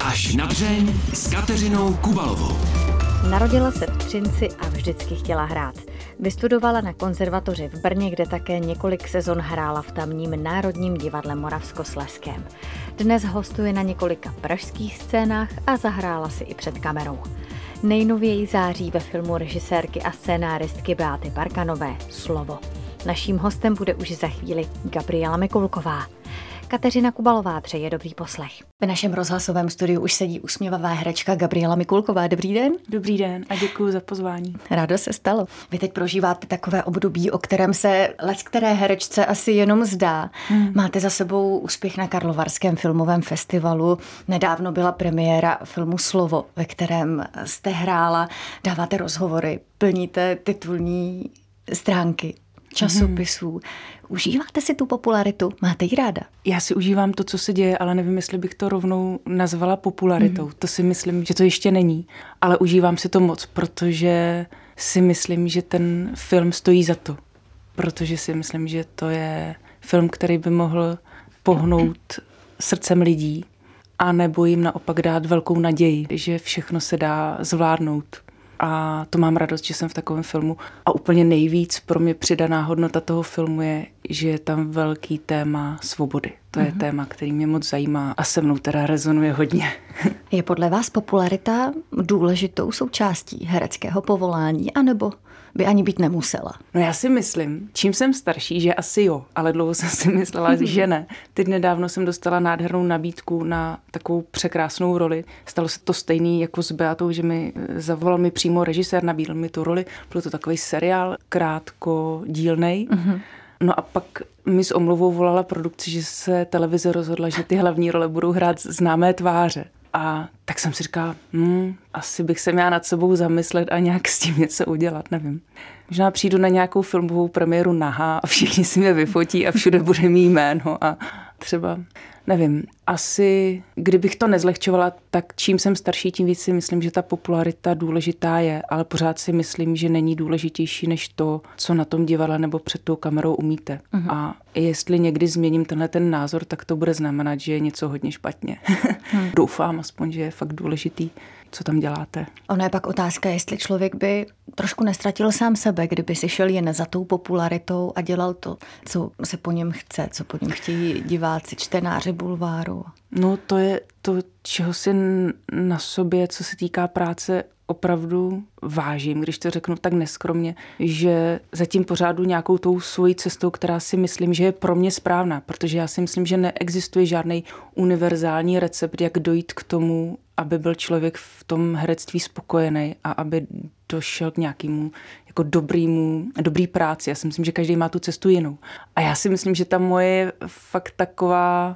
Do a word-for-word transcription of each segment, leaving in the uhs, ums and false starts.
Až na dřeň s Kateřinou Kubalovou. Narodila se v Třinci a vždycky chtěla hrát. Vystudovala na konzervatoři v Brně, kde také několik sezon hrála v tamním Národním divadle Moravskoslezském. Dnes hostuje na několika pražských scénách a zahrála si i před kamerou. Nejnověji září ve filmu režisérky a scénáristky Beaty Barkanové Slovo. Naším hostem bude už za chvíli Gabriela Mikulková. Kateřina Kubalová přeje dobrý poslech. V našem rozhlasovém studiu už sedí usměvavá herečka Gabriela Mikulková. Dobrý den. Dobrý den a děkuji za pozvání. Rádo se stalo. Vy teď prožíváte takové období, o kterém se leckteré herečce asi jenom zdá. Hmm. Máte za sebou úspěch na Karlovarském filmovém festivalu. Nedávno byla premiéra filmu Slovo, ve kterém jste hrála, dáváte rozhovory, plníte titulní stránky časopisů. Užíváte si tu popularitu? Máte ji ráda? Já si užívám to, co se děje, ale nevím, jestli bych to rovnou nazvala popularitou. Mm. To si myslím, že to ještě není. Ale užívám si to moc, protože si myslím, že ten film stojí za to. Protože si myslím, že to je film, který by mohl pohnout srdcem lidí a nebo jim naopak dát velkou naději, že všechno se dá zvládnout. A to mám radost, že jsem v takovém filmu. A úplně nejvíc pro mě přidaná hodnota toho filmu je, že je tam velký téma svobody. To je mm-hmm. téma, který mě moc zajímá a se mnou teda rezonuje hodně. Je podle vás popularita důležitou součástí hereckého povolání, anebo by ani být nemusela? No já si myslím, čím jsem starší, že asi jo, ale dlouho jsem si myslela, že ne. Teď nedávno jsem dostala nádhernou nabídku na takovou překrásnou roli. Stalo se to stejný jako s Beatou, že mi zavolal mi přímo režisér, nabídl mi tu roli. Byl to takový seriál, krátkodílnej. Mm-hmm. No a pak mi s omluvou volala produkci, že se televize rozhodla, že ty hlavní role budou hrát známé tváře. A tak jsem si říkala, hm, asi bych se měla nad sebou zamyslet a nějak s tím něco udělat, nevím. Možná přijdu na nějakou filmovou premiéru nahá a všichni si mě vyfotí a všude bude mý jméno a třeba, nevím, asi kdybych to nezlehčovala, tak čím jsem starší, tím víc si myslím, že ta popularita důležitá je, ale pořád si myslím, že není důležitější než to, co na tom divadle nebo před tou kamerou umíte. Uh-huh. A jestli někdy změním tenhle ten názor, tak to bude znamenat, že je něco hodně špatně. Hmm. Doufám aspoň, že je fakt důležitý, co tam děláte. Ono je pak otázka, jestli člověk by trošku nestratil sám sebe, kdyby si šel jen za tou popularitou a dělal to, co se po něm chce, co po něm chtějí diváci, čtenáři bulváru. No to je to, čeho si na sobě, co se týká práce, opravdu vážím, když to řeknu tak neskromně, že zatím pořád jdu nějakou tou svojí cestou, která si myslím, že je pro mě správná, protože já si myslím, že neexistuje žádný univerzální recept, jak dojít k tomu, aby byl člověk v tom herectví spokojený a aby došel k nějakému jako dobrýmu, dobrý práci. Já si myslím, že každý má tu cestu jinou. A já si myslím, že ta moje je fakt taková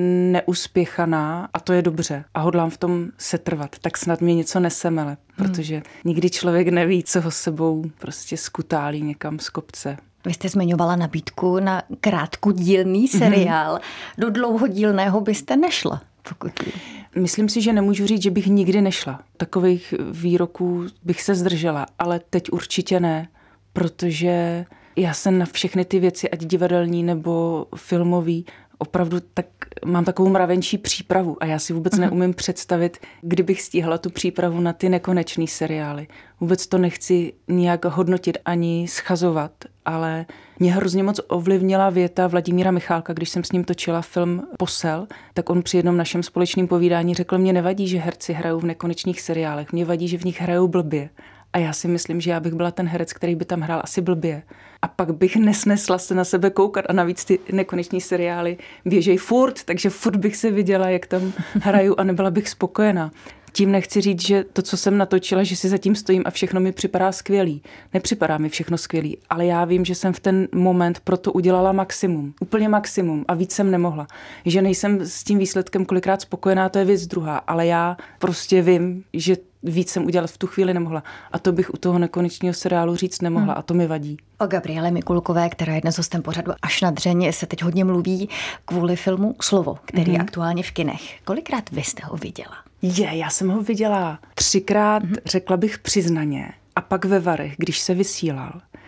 neuspěchaná a to je dobře. A hodlám v tom setrvat. Tak snad mě něco nesemele, protože hmm. nikdy člověk neví, co ho sebou prostě skutálí někam z kopce. Vy jste zmiňovala nabídku na krátkodílný seriál. Mm-hmm. Do dlouhodílného byste nešla, pokud... Myslím si, že nemůžu říct, že bych nikdy nešla. Takových výroků bych se zdržela, ale teď určitě ne, protože já jsem na všechny ty věci, ať divadelní nebo filmový, opravdu tak mám takovou mravenčí přípravu a já si vůbec neumím představit, kdybych stíhala tu přípravu na ty nekonečný seriály. Vůbec to nechci nijak hodnotit ani schazovat, ale mě hrozně moc ovlivnila věta Vladimíra Michálka, když jsem s ním točila film Posel, tak on při jednom našem společném povídání řekl, mě nevadí, že herci hrajou v nekonečných seriálech, mě vadí, že v nich hrajou blbě. A já si myslím, že já bych byla ten herec, který by tam hrál asi blbě. A pak bych nesnesla se na sebe koukat a navíc ty nekoneční seriály běžej furt, takže furt bych se viděla, jak tam hraju a nebyla bych spokojená. Tím nechci říct, že to, co jsem natočila, že si zatím stojím a všechno mi připadá skvělý. Nepřipadá mi všechno skvělý, ale já vím, že jsem v ten moment proto udělala maximum. Úplně maximum a víc jsem nemohla. Že nejsem s tím výsledkem kolikrát spokojená, to je věc druhá, ale já prostě vím, že víc jsem udělat v tu chvíli nemohla. A to bych u toho nekonečného seriálu říct nemohla hmm. a to mi vadí. O Gabriele Mikulkové, která je dnes hostem pořadu Až na dřeň, se teď hodně mluví kvůli filmu Slovo, který hmm. je aktuálně v kinech. Kolikrát vy jste ho viděla? Je, já jsem ho viděla třikrát, hmm. řekla bych přiznaně, a pak ve Varech, když se vysílal.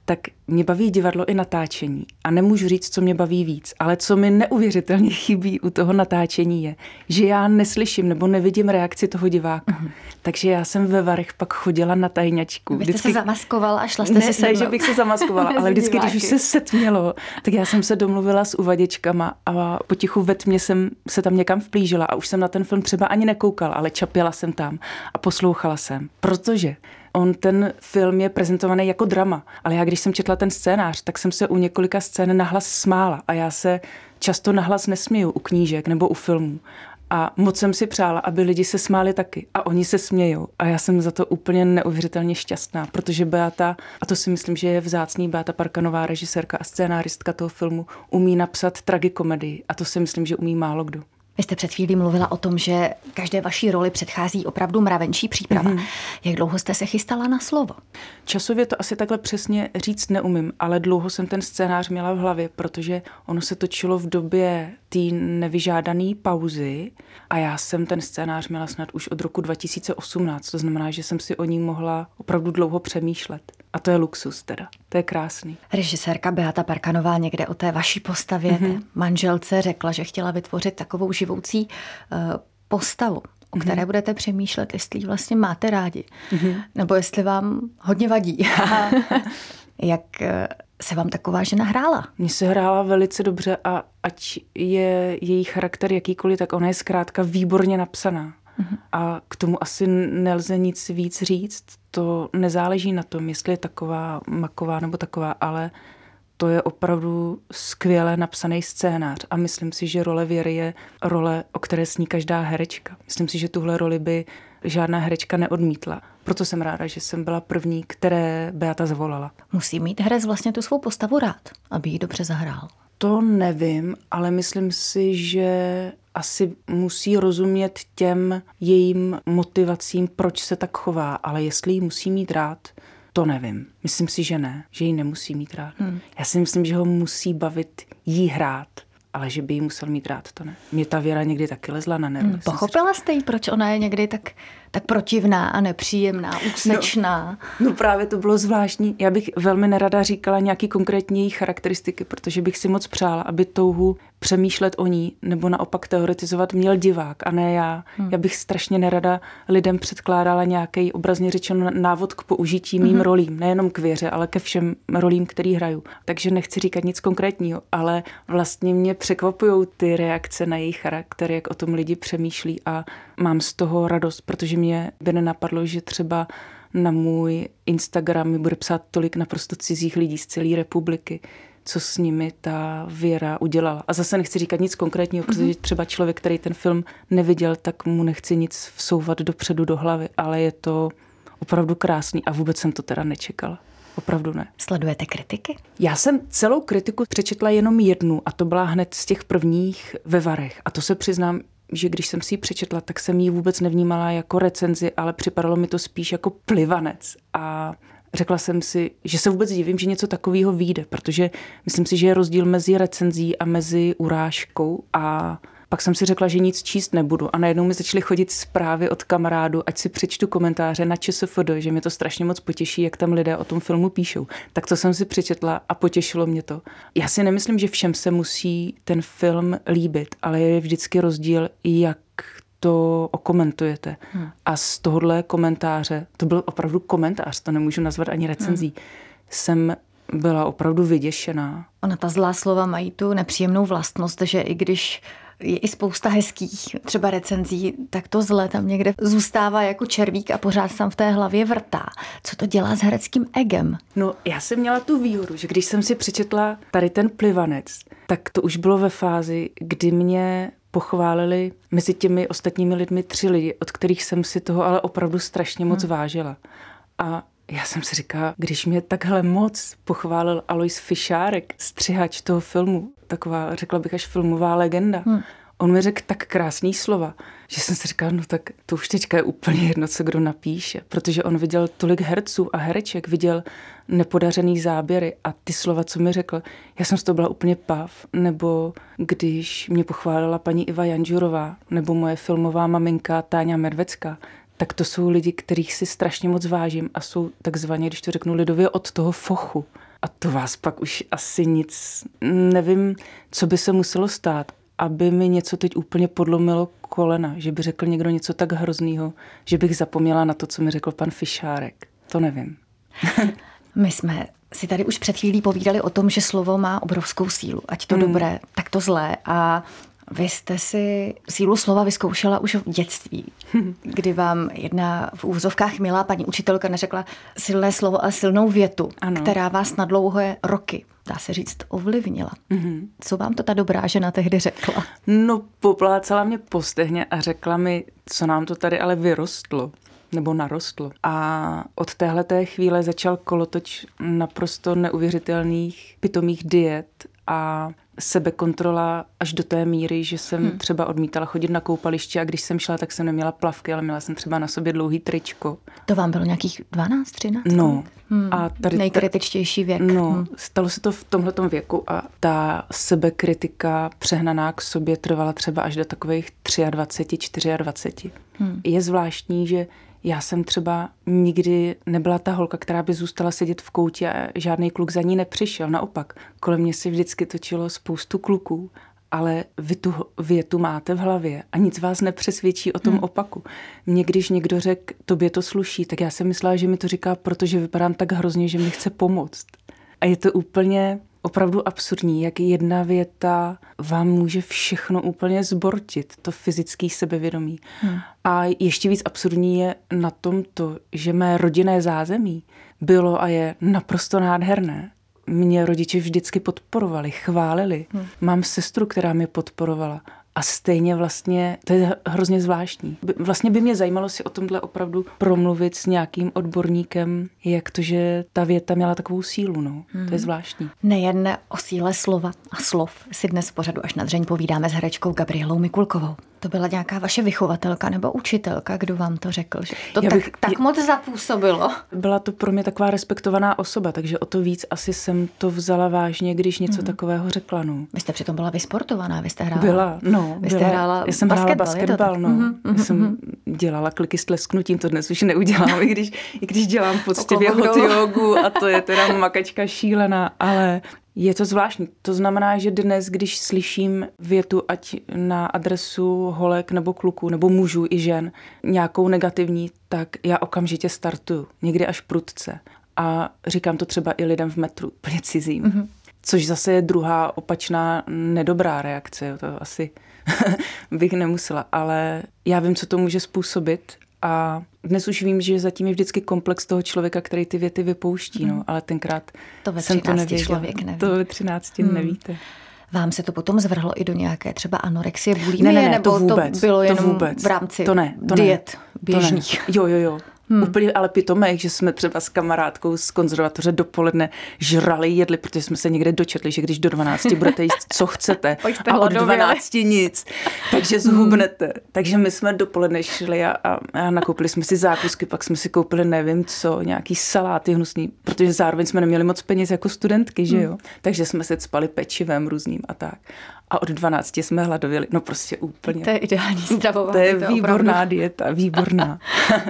tak mě baví divadlo i natáčení. A nemůžu říct, co mě baví víc, ale co mi neuvěřitelně chybí u toho natáčení je, že já neslyším nebo nevidím reakci toho diváka. Mm. Takže já jsem ve Varech pak chodila na tajňačku. Vy jste vždycky... se zamaskovala a šla jste ne, si sednout. Ne, že bych se zamaskovala, ale vždycky, když už se setmělo, tak já jsem se domluvila s uvaděčkama a potichu ve tmě jsem se tam někam vplížila a už jsem na ten film třeba ani nekoukala, ale čapěla jsem tam a poslouchala jsem. Protože on ten film je prezentovaný jako drama, ale já když jsem četla ten scénář, tak jsem se u několika scén nahlas smála a já se často nahlas nesměju u knížek nebo u filmů. A moc jsem si přála, aby lidi se smáli taky. A oni se smějou. A já jsem za to úplně neuvěřitelně šťastná, protože Beata, a to si myslím, že je vzácný, Beata Parkanová, režisérka a scénáristka toho filmu, umí napsat tragikomedii. A to si myslím, že umí málo kdo. Vy jste před chvílí mluvila o tom, že každé vaší roli předchází opravdu mravenčí příprava. Mm-hmm. Jak dlouho jste se chystala na slovo? Časově to asi takhle přesně říct neumím, ale dlouho jsem ten scénář měla v hlavě, protože ono se točilo v době té nevyžádané pauzy a já jsem ten scénář měla snad už od roku dva tisíce osmnáct, to znamená, že jsem si o ní mohla opravdu dlouho přemýšlet. A to je luxus teda, to je krásný. Režisérka Beata Parkanová někde o té vaší postavě, mm-hmm. té manželce, řekla, že chtěla vytvořit takovou živoucí uh, postavu, o které mm-hmm. budete přemýšlet, jestli ji vlastně máte rádi, mm-hmm. nebo jestli vám hodně vadí. Jak se vám taková žena hrála? Mně se hrála velice dobře a ať je její charakter jakýkoliv, tak ona je zkrátka výborně napsaná. Mm-hmm. A k tomu asi nelze nic víc říct. To nezáleží na tom, jestli je taková maková nebo taková, ale to je opravdu skvěle napsaný scénář a myslím si, že role Věry je role, o které sní každá herečka. Myslím si, že tuhle roli by žádná herečka neodmítla. Proto jsem ráda, že jsem byla první, které Beata zavolala. Musí mít herec vlastně tu svou postavu rád, aby ji dobře zahrál. To nevím, ale myslím si, že asi musí rozumět těm jejím motivacím, proč se tak chová, ale jestli ji musí mít rád, to nevím. Myslím si, že ne, že ji nemusí mít rád. Hmm. Já si myslím, že ho musí bavit jí hrát, ale že by ji musel mít rád, to ne. Mě ta Věra někdy taky lezla na nervy. Hmm. Pochopila jste jí, proč ona je někdy tak, tak protivná a nepříjemná, úsečná? No, no právě to bylo zvláštní. Já bych velmi nerada říkala nějaký konkrétní její charakteristiky, protože bych si moc přála, aby touhu přemýšlet o ní nebo naopak teoretizovat měl divák a ne já. Hmm. Já bych strašně nerada lidem předkládala nějaký obrazně řečeno návod k použití mým hmm. rolím. Nejenom k Věře, ale ke všem rolím, který hraju. Takže nechci říkat nic konkrétního, ale vlastně mě překvapují ty reakce na její charakter, jak o tom lidi přemýšlí a mám z toho radost, protože mě by nenapadlo, že třeba na můj Instagram mi bude psát tolik naprosto cizích lidí z celé republiky, co s nimi ta Věra udělala. A zase nechci říkat nic konkrétního, protože třeba člověk, který ten film neviděl, tak mu nechci nic vsouvat dopředu do hlavy, ale je to opravdu krásný a vůbec jsem to teda nečekala. Opravdu ne. Sledujete kritiky? Já jsem celou kritiku přečetla jenom jednu a to byla hned z těch prvních ve Varech. A to se přiznám, že když jsem si ji přečetla, tak jsem ji vůbec nevnímala jako recenzi, ale připadalo mi to spíš jako plivanec. A řekla jsem si, že se vůbec divím, že něco takového vyjde, protože myslím si, že je rozdíl mezi recenzí a mezi urážkou a pak jsem si řekla, že nic číst nebudu a najednou mi začaly chodit zprávy od kamarádů, ať si přečtu komentáře na ČSFD, že mě to strašně moc potěší, jak tam lidé o tom filmu píšou. Tak to jsem si přečetla a potěšilo mě to. Já si nemyslím, že všem se musí ten film líbit, ale je vždycky rozdíl, jak to okomentujete. Hmm. A z tohohle komentáře, to byl opravdu komentář, to nemůžu nazvat ani recenzí, hmm. jsem byla opravdu vyděšená. Ona ta zlá slova mají tu nepříjemnou vlastnost, že i když je i spousta hezkých třeba recenzí, tak to zlé tam někde zůstává jako červík a pořád tam v té hlavě vrtá. Co to dělá s hereckým egem? No, já jsem měla tu výhodu, že když jsem si přečetla tady ten plivanec, tak to už bylo ve fázi, kdy mě pochválili mezi těmi ostatními lidmi tři lidi, od kterých jsem si toho ale opravdu strašně moc hmm. vážila. A já jsem si říkala, když mě takhle moc pochválil Alois Fišárek, střihač toho filmu, taková, řekla bych, až filmová legenda. Hmm. On mi řekl tak krásný slova, že jsem si říkala, no tak to už teďka je úplně jedno, co kdo napíše, protože on viděl tolik herců a hereček, viděl nepodařený záběry a ty slova, co mi řekl, já jsem z toho byla úplně pav, nebo když mě pochválila paní Iva Janžurová, nebo moje filmová maminka Táňa Medvecká, tak to jsou lidi, kterých si strašně moc vážím a jsou takzvaně, když to řeknu lidově, od toho fochu. A to vás pak už asi nic, nevím, co by se muselo stát, aby mi něco teď úplně podlomilo kolena, že by řekl někdo něco tak hroznýho, že bych zapomněla na to, co mi řekl pan Fišárek. To nevím. My jsme si tady už před chvílí povídali o tom, že slovo má obrovskou sílu, ať to mm. dobré, tak to zlé. A vy jste si sílu slova vyzkoušela už v dětství, kdy vám jedna v úvozovkách milá paní učitelka neřekla silné slovo a silnou větu, ano. která vás na dlouhé roky, dá se říct, ovlivnila. Mm-hmm. Co vám to ta dobrá žena tehdy řekla? No, poplácala mě po stehně a řekla mi, co nám to tady ale vyrostlo. Nebo narostlo. A od téhleté chvíle začal kolotoč naprosto neuvěřitelných pitomých diet a sebekontrola až do té míry, že jsem hmm. třeba odmítala chodit na koupaliště a když jsem šla, tak jsem neměla plavky, ale měla jsem třeba na sobě dlouhý tričko. To vám bylo nějakých dvanáct, třináct? No. Hmm. A tady nejkritičtější věk. No, hmm. stalo se to v tomhletom věku a ta sebekritika přehnaná k sobě trvala třeba až do takových dvacet tři, dvacet čtyři. Hmm. Je zvláštní, že já jsem třeba nikdy nebyla ta holka, která by zůstala sedět v koutě a žádný kluk za ní nepřišel. Naopak, kolem mě se vždycky točilo spoustu kluků, ale vy tu větu máte v hlavě a nic vás nepřesvědčí o tom hmm. opaku. Mně, když někdo řekl, tobě to sluší, tak já jsem myslela, že mi to říká, protože vypadám tak hrozně, že mi chce pomoct. A je to úplně opravdu absurdní, jak jedna věta vám může všechno úplně zbortit, to fyzické sebevědomí. Hmm. A ještě víc absurdní je na tom to, že mé rodinné zázemí bylo a je naprosto nádherné. Mě rodiče vždycky podporovali, chválili. Hmm. Mám sestru, která mě podporovala. A stejně vlastně, to je hrozně zvláštní. Vlastně by mě zajímalo si o tomhle opravdu promluvit s nějakým odborníkem, jak to, že ta věta měla takovou sílu, no. Hmm. To je zvláštní. Nejen o síle slova a slov si dnes v pořadu Až na dřeň povídáme s herečkou Gabrielou Mikulkovou. To byla nějaká vaše vychovatelka nebo učitelka, kdo vám to řekl, že to bych, tak, tak moc zapůsobilo? Byla to pro mě taková respektovaná osoba, takže o to víc asi jsem to vzala vážně, když něco mm. takového řekla. No. Vy jste přitom byla vysportovaná, vy jste hrála. Byla, no. Vy jste byla, hrála já jsem hrála basketbal, no. Mm-hmm, já jsem dělala kliky s tlesknutím, to dnes už neudělám, i když, i když dělám poctivě hot jogu a to je teda makačka šílená, ale je to zvláštní. To znamená, že dnes, když slyším větu, ať na adresu holek nebo kluků, nebo mužů i žen, nějakou negativní, tak já okamžitě startuju. Někdy až prudce. A říkám to třeba i lidem v metru, úplně cizím. Mm-hmm. Což zase je druhá opačná nedobrá reakce. Jo. To asi bych nemusela. Ale já vím, co to může způsobit. A dnes už vím, že zatím je vždycky komplex toho člověka, který ty věty vypouští, no, ale tenkrát to ve jsem to nevěděla. Člověk neví. To ve třinácti hmm. nevíte. Vám se to potom zvrhlo i do nějaké třeba anorexie, bulimie, ne, ne, ne, nebo to, vůbec, to bylo jenom to vůbec. v rámci to ne, to diet ne, běžných? To ne. Jo, jo, jo. Hmm. Úplně ale pitomé, že jsme třeba s kamarádkou z konzervatoře dopoledne žrali, jedli, protože jsme se někde dočetli, že když do dvanácti budete jíst, co chcete a od dvanácti nic, takže zhubnete. Hmm. Takže my jsme dopoledne šli a, a, a nakoupili jsme si zákusky, pak jsme si koupili nevím co, nějaký saláty hnusný, protože zároveň jsme neměli moc peněz jako studentky, že jo. Hmm. Takže jsme se cpali pečivem různým a tak. A od dvanácti jsme hladověli, no prostě úplně. To je ideální stravování. To je to výborná opravdu. Dieta, výborná.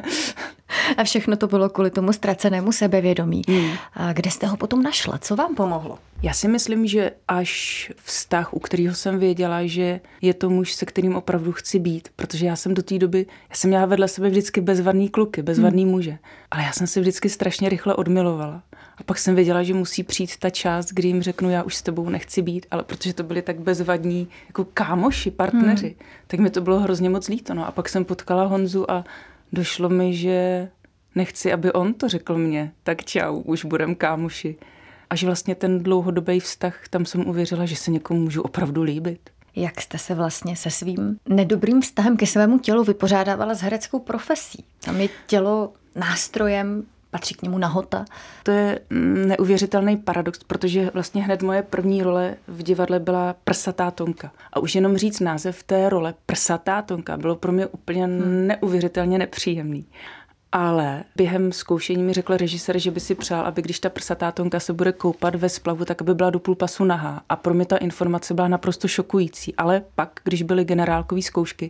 A všechno to bylo kvůli tomu ztracenému sebevědomí. Hmm. A kde jste ho potom našla? Co vám pomohlo? Já si myslím, že až vztah, u kterého jsem věděla, že je to muž, se kterým opravdu chci být, protože já jsem do té doby, já jsem měla vedle sebe vždycky bezvadný kluky, bezvadný hmm. muže, ale já jsem si vždycky strašně rychle odmilovala. A pak jsem věděla, že musí přijít ta část, kdy jim řeknu, já už s tebou nechci být, ale protože to byli tak bezvadní jako kámoši, partneři, hmm. tak mi to bylo hrozně moc líto. No. A pak jsem potkala Honzu a došlo mi, že nechci, aby on to řekl mně, tak čau, už budem kámoši. Až vlastně ten dlouhodobý vztah, tam jsem uvěřila, že se někomu můžu opravdu líbit. Jak jste se vlastně se svým nedobrým vztahem ke svému tělu vypořádávala s hereckou profesí? Tam je tělo nástrojem, patří k němu nahota. To je neuvěřitelný paradox, protože vlastně hned moje první role v divadle byla Prsatá Tonka. A už jenom říct název té role Prsatá Tonka bylo pro mě úplně hmm. neuvěřitelně nepříjemný. Ale během zkoušení mi řekl režisér, že by si přál, aby když ta Prsatá Tonka se bude koupat ve splavu, tak aby byla do půl pasu nahá. A pro mě ta informace byla naprosto šokující. Ale pak, když byly generálkové zkoušky,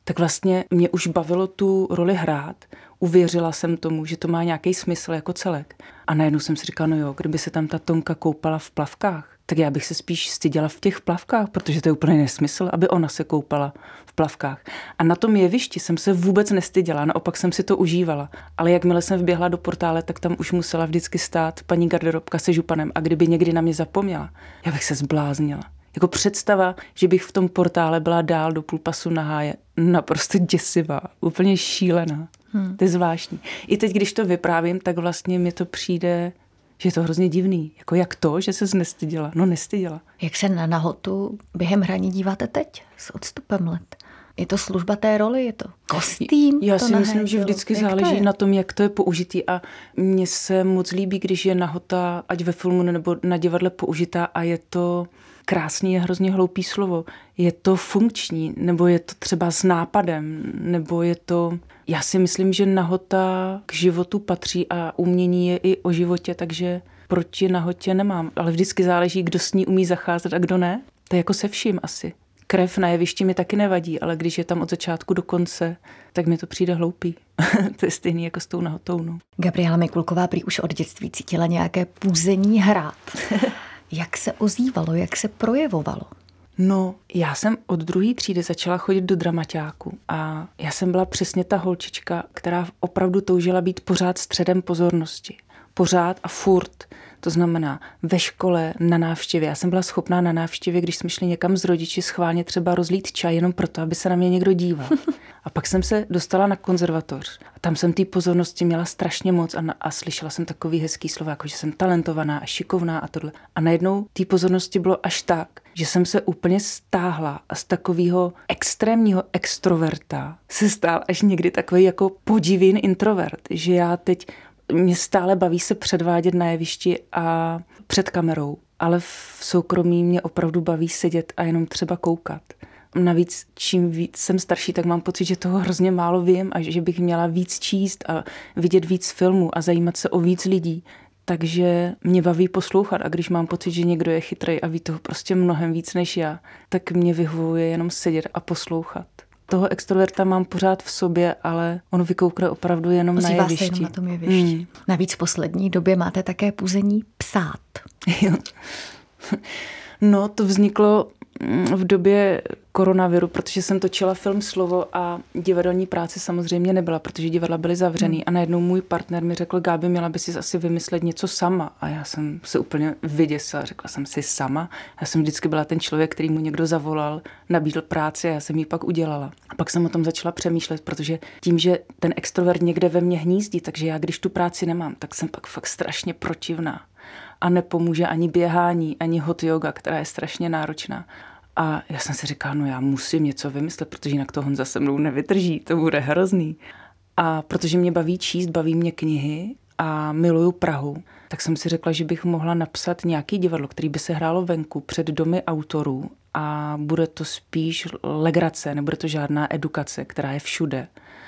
tak vlastně mě už bavilo tu roli hrát. Uvěřila jsem tomu, že to má nějaký smysl jako celek. A najednou jsem si říkala, no jo, kdyby se tam ta Tonka koupala v plavkách, tak já bych se spíš styděla v těch plavkách, protože to je úplně nesmysl, aby ona se koupala v plavkách. A na tom jevišti jsem se vůbec nestyděla, naopak jsem si to užívala. Ale jakmile jsem vběhla do portále, tak tam už musela vždycky stát paní garderobka se županem a kdyby někdy na mě zapomněla, já bych se zbláznila. Jako představa, že bych v tom portále byla dál do půlpasu nahá, je naprosto děsivá, úplně šílená. Hmm. To je zvláštní. I teď, když to vyprávím, tak vlastně mi to přijde, že je to hrozně divný. Jako jak to, že ses nestyděla? No nestyděla. Jak se na nahotu během hraní díváte teď s odstupem let? Je to služba té roli? Je to kostým? Já to si myslím, že vždycky jak záleží na tom, jak to je použitý a mně se moc líbí, když je nahota, ať ve filmu nebo na divadle použitá a je to krásný, je hrozně hloupý slovo. Je to funkční, nebo je to třeba s nápadem, nebo je to... Já si myslím, že nahota k životu patří a umění je i o životě, takže proti nahotě nemám. Ale vždycky záleží, kdo s ní umí zacházet a kdo ne. To je jako se vším asi. Krev na jevišti mi taky nevadí, ale když je tam od začátku do konce, tak mi to přijde hloupý. To je stejný jako s tou nahotou. No. Gabriela Mikulková prý už od dětství cítila nějaké půzení hrát. Jak se ozývalo, jak se projevovalo? No, já jsem od druhé třídy začala chodit do dramaťáku a já jsem byla přesně ta holčička, která opravdu toužila být pořád středem pozornosti. Pořád a furt. To znamená ve škole, na návštěvě. Já jsem byla schopná na návštěvě, když jsme šli někam s rodiči, schválně třeba rozlít čaj jenom proto, aby se na mě někdo díval. A pak jsem se dostala na konzervatoř. A tam jsem té pozornosti měla strašně moc a, na, a slyšela jsem takový hezký slova, jako že jsem talentovaná a šikovná a tohle. A najednou té pozornosti bylo až tak, že jsem se úplně stáhla a z takového extrémního extroverta se stál až někdy takový jako podivný introvert, že já teď mě stále baví se předvádět na jevišti a před kamerou, ale v soukromí mě opravdu baví sedět a jenom třeba koukat. Navíc, čím víc jsem starší, tak mám pocit, že toho hrozně málo vím a že bych měla víc číst a vidět víc filmů a zajímat se o víc lidí. Takže mě baví poslouchat a když mám pocit, že někdo je chytrej a ví toho prostě mnohem víc než já, tak mě vyhovuje jenom sedět a poslouchat. Toho extroverta mám pořád v sobě, ale on vykoukne opravdu jenom Ozývá na jevišti. Se jenom na tom jevišti. Hmm. Navíc v poslední době máte také půzení psát. Jo. No, to vzniklo v době koronaviru, protože jsem točila film Slovo a divadelní práce samozřejmě nebyla, protože divadla byly zavřený. Hmm. A najednou můj partner mi řekl, Gábi, měla by si asi vymyslet něco sama. A já jsem se úplně vyděsila, řekla jsem si sama. Já jsem vždycky byla ten člověk, který mu někdo zavolal, nabídl práci a já jsem ji pak udělala. A pak jsem o tom začala přemýšlet, protože tím, že ten extrovert někde ve mně hnízdí, takže já když tu práci nemám, tak jsem pak fakt strašně protivná. A nepomůže ani běhání, ani hot yoga, která je strašně náročná. A já jsem si říkala, no já musím něco vymyslet, protože jinak to Honza se mnou nevydrží, to bude hrozný. A protože mě baví číst, baví mě knihy a miluju Prahu, tak jsem si řekla, že bych mohla napsat nějaký divadlo, který by se hrálo venku před domy autorů a bude to spíš legrace, nebude to žádná edukace, která je všude.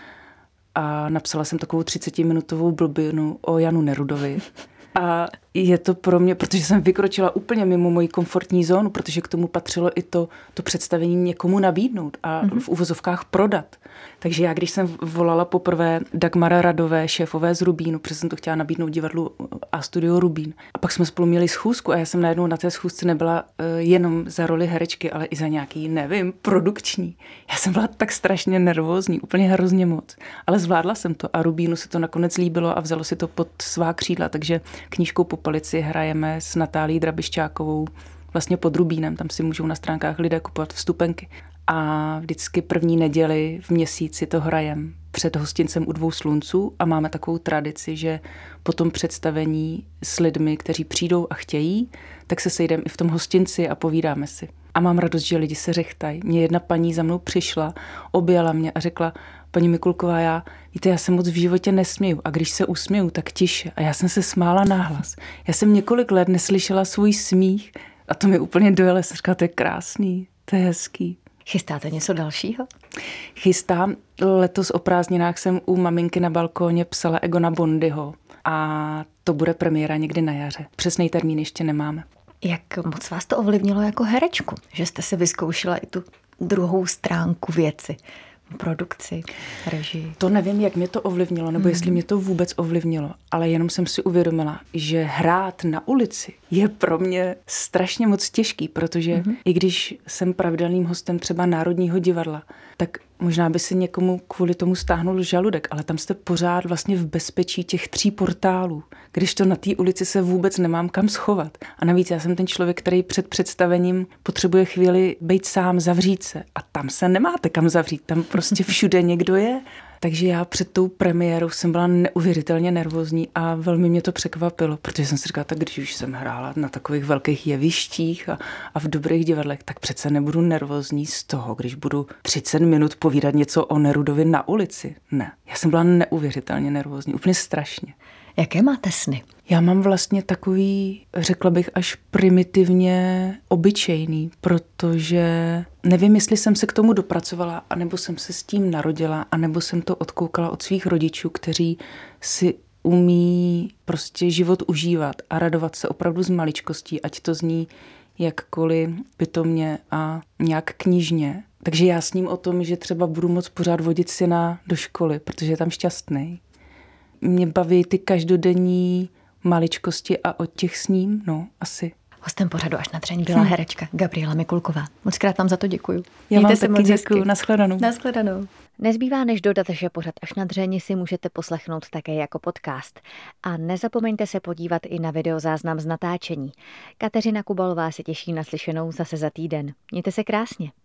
A napsala jsem takovou třicetiminutovou blbinu o Janu Nerudovi. A je to pro mě, protože jsem vykročila úplně mimo moji komfortní zónu, protože k tomu patřilo i to, to představení někomu nabídnout a mm-hmm. v uvozovkách prodat. Takže já, když jsem volala poprvé Dagmara Radové, šéfové z Rubínu, protože jsem to chtěla nabídnout divadlu a studio Rubín. A pak jsme spolu měli schůzku a já jsem najednou na té schůzce nebyla uh, jenom za roli herečky, ale i za nějaký, nevím, produkční. Já jsem byla tak strašně nervózní, úplně hrozně moc. Ale zvládla jsem to a Rubínu se to nakonec líbilo a vzalo si to pod svá křídla, takže Knížkou po polici hrajeme s Natálií Drabišťákovou vlastně pod Rubínem, tam si můžou na stránkách lidé kupovat vstupenky. A vždycky první neděli v měsíci to hrajem před hostincem u Dvou slunců a máme takovou tradici, že po tom představení s lidmi, kteří přijdou a chtějí, tak se sejdeme i v tom hostinci a povídáme si. A mám radost, že lidi se řechtají. Mně jedna paní za mnou přišla, objala mě a řekla, paní Mikulková, já, víte, já se moc v životě nesměju a když se usměju, tak tiše. A já jsem se smála nahlas. Já jsem několik let neslyšela svůj smích a to mi úplně dojele. Jsem říkala, to je krásný, to je hezký. Chystáte něco dalšího? Chystám. Letos o prázdninách jsem u maminky na balkóně psala Egona Bondyho a to bude premiéra někdy na jaře. Přesný termín ještě nemáme. Jak moc vás to ovlivnilo jako herečku, že jste se vyzkoušela i tu druhou stránku věci? produkci, režii? To nevím, jak mě to ovlivnilo, nebo mm. jestli mě to vůbec ovlivnilo, ale jenom jsem si uvědomila, že hrát na ulici je pro mě strašně moc těžký, protože mm. i když jsem pravidelným hostem třeba Národního divadla, tak možná by si někomu kvůli tomu stáhnul žaludek, ale tam jste pořád vlastně v bezpečí těch tří portálů, když to na té ulici se vůbec nemám kam schovat. A navíc já jsem ten člověk, který před představením potřebuje chvíli být sám, zavřít se. A tam se nemáte kam zavřít, tam prostě všude někdo je. Takže já před tou premiérou jsem byla neuvěřitelně nervózní a velmi mě to překvapilo, protože jsem si říkala, tak když už jsem hrála na takových velkých jevištích a, a v dobrých divadlech, tak přece nebudu nervózní z toho, když budu třicet minut povídat něco o Nerudovi na ulici. Ne, já jsem byla neuvěřitelně nervózní, úplně strašně. Jaké máte sny? Já mám vlastně takový, řekla bych, až primitivně obyčejný, protože nevím, jestli jsem se k tomu dopracovala, anebo jsem se s tím narodila, anebo jsem to odkoukala od svých rodičů, kteří si umí prostě život užívat a radovat se opravdu z maličkostí, ať to zní jakkoliv pitomně a nějak knižně. Takže já s ním o tom, že třeba budu moct pořád vodit syna do školy, protože je tam šťastný. Mě baví ty každodenní maličkosti a od těch s ním, no, asi. Hostem pořadu Až na dřeň byla hm. herečka Gabriela Mikulková. Moc krát vám za to děkuju. Já vám taky děkuju. Nashledanou. Nashledanou. Nezbývá než dodat, že pořad Až na dřeň si můžete poslechnout také jako podcast. A nezapomeňte se podívat i na videozáznam z natáčení. Kateřina Kubalová se těší na slyšenou zase za týden. Mějte se krásně.